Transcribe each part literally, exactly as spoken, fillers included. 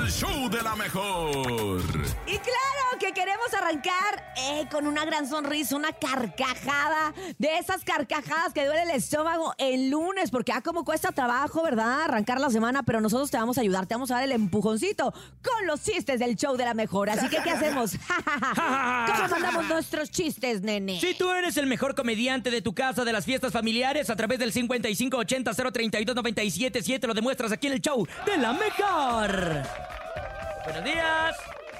el show de la mejor. Y claro que queremos arrancar eh, con una gran sonrisa, una carcajada, de esas carcajadas que duele el estómago el lunes, porque ah, como cuesta trabajo, ¿verdad? Arrancar la semana, pero nosotros te vamos a ayudar, te vamos a dar el empujoncito con los chistes del show de la mejor. Así que, ¿qué hacemos? ¿Cómo mandamos nuestros chistes, nene? Si tú eres el mejor comediante de tu casa, de las fiestas familiares, a través del cincuenta y cinco ochenta cero treinta y dos noventa y siete siete lo demuestras aquí en el show de la mejor. Buenos días.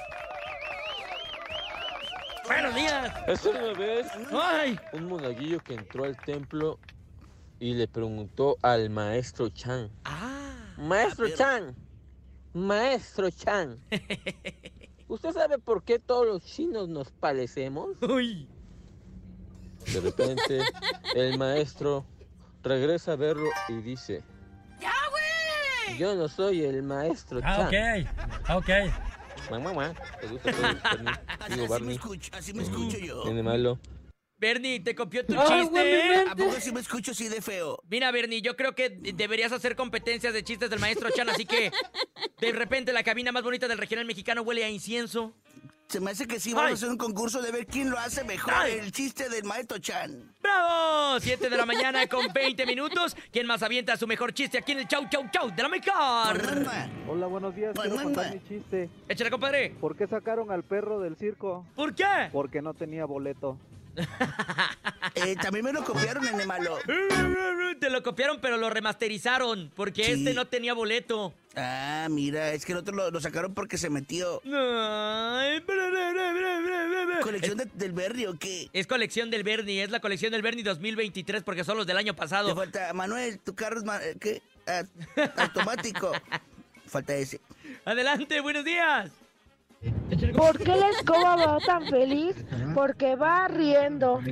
Buenos días. Hace una vez, Ay. un monaguillo que entró al templo y le preguntó al maestro Chan. Ah. Maestro Chan, maestro Chan, ¿usted sabe por qué todos los chinos nos parecemos? Uy. De repente, el maestro regresa a verlo y dice: ¡Ya, güey! yo no soy el maestro Ah, Chan. ok. Ok. Mamá, mamá, ¿te gusta todo el Barney? Así, Digo, así me Barney. escucho, así me escucho yo. Tiene malo. Bernie, te copió tu Ah, chiste. güey, ¿A poco así me escucho así de feo? Mira, Bernie, yo creo que deberías hacer competencias de chistes del maestro Chan, así que de repente la cabina más bonita del regional mexicano huele a incienso. Se me hace que sí vamos Ay. a hacer un concurso de ver quién lo hace mejor, Ay. el chiste del maestro Chan. ¡Bravo! siete de la mañana con veinte minutos. ¿Quién más avienta su mejor chiste aquí en el Chau Chau Chau de la mejor? Hola, buenos días. Quiero Mamá. contar mi chiste. Échale, compadre. ¿Por qué sacaron al perro del circo? ¿Por qué? Porque no tenía boleto. Eh, también me lo copiaron en el malo. Te lo copiaron, pero lo remasterizaron, porque Sí. este no tenía boleto. Ah, mira, es que el otro lo, lo sacaron porque se metió. Ay, bra, bra, bra, bra, bra, bra, bra. ¿Colección de- del Berry o qué? Es colección del Bernie, es la colección del Bernie dos mil veintitrés, porque son los del año Te pasado. falta, Manuel, tu carro es ma- ¿qué? Ah, automático. Falta ese. Adelante, buenos días. ¿Por qué la escoba va tan feliz? Porque va riendo.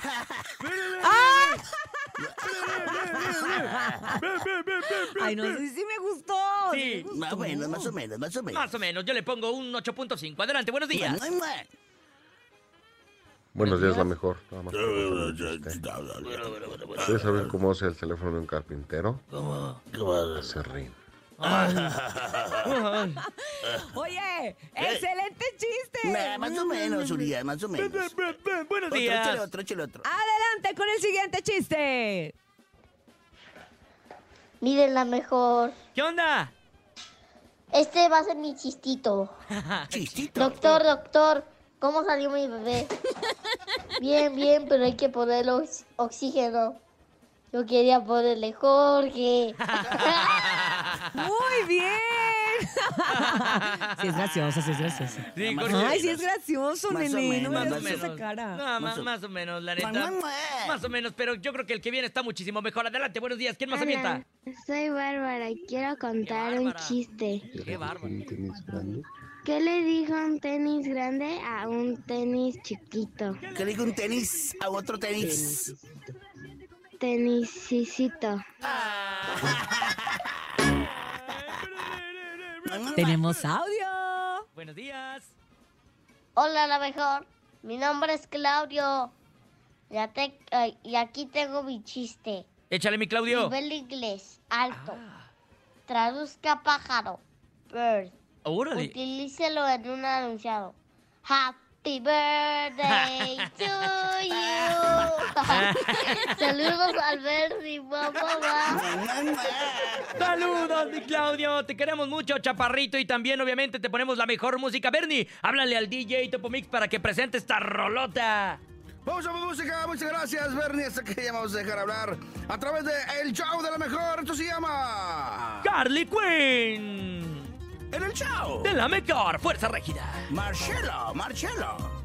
Ay, no sé si me gustó. Sí. me Más gustó. o menos, más o menos, más o menos. Más o menos, yo le pongo un ocho punto cinco. Adelante, buenos días. Mua, mua. Buenos días, la mejor. Nada más para contar un chiste. ¿Ustedes saben cómo hace el teléfono de un carpintero? Aserrín. Oye, excelente chiste. Nah, más o menos, Urias, más o menos. Buenos Otro, días. échale otro, échale otro. Adelante con el siguiente chiste. Miren la mejor. ¿Qué onda? Este va a ser mi chistito. Chistito. Doctor, doctor, ¿cómo salió mi bebé? Bien, bien, pero hay que ponerle ox- oxígeno. Yo quería ponerle Jorge. Muy bien. Sí es gracioso, sí es gracioso. Sí, Más Jorge. o Ay, sí es gracioso, Más o nene. No me menos, hagas más o esa menos. cara. No, más, Más o- más o menos, la Mua, neta. mua, mua. Más o menos, pero yo creo que el que viene está muchísimo mejor. Adelante, buenos días. ¿Quién más avienta? Soy Bárbara y quiero contar un Bárbara. chiste. Qué bárbaro. ¿Qué le dijo un tenis grande a un tenis chiquito? Que le digo un tenis a otro tenis. Tenisicito. Tenemos audio. Buenos días. Hola, la mejor. Mi nombre es Claudio. Ya te, ay, y aquí tengo mi chiste. Échale, mi Claudio. Nivel inglés, alto. Ah, Traduzca pájaro. Bird. órale. Utilícelo en un anunciado. Happy birthday to you. Saludos al Bernie, mamá. Saludos, mi Claudio. Te queremos mucho, chaparrito. Y también, obviamente, te ponemos la mejor música. Bernie, háblale al D J Topomix para que presente esta rolota. Vamos a música, muchas gracias, Bernie. Hasta que ya vamos a dejar hablar a través de El Show de la Mejor. Esto se llama Carly Quinn. En el Show De la mejor fuerza rígida. Marcelo, Marcelo.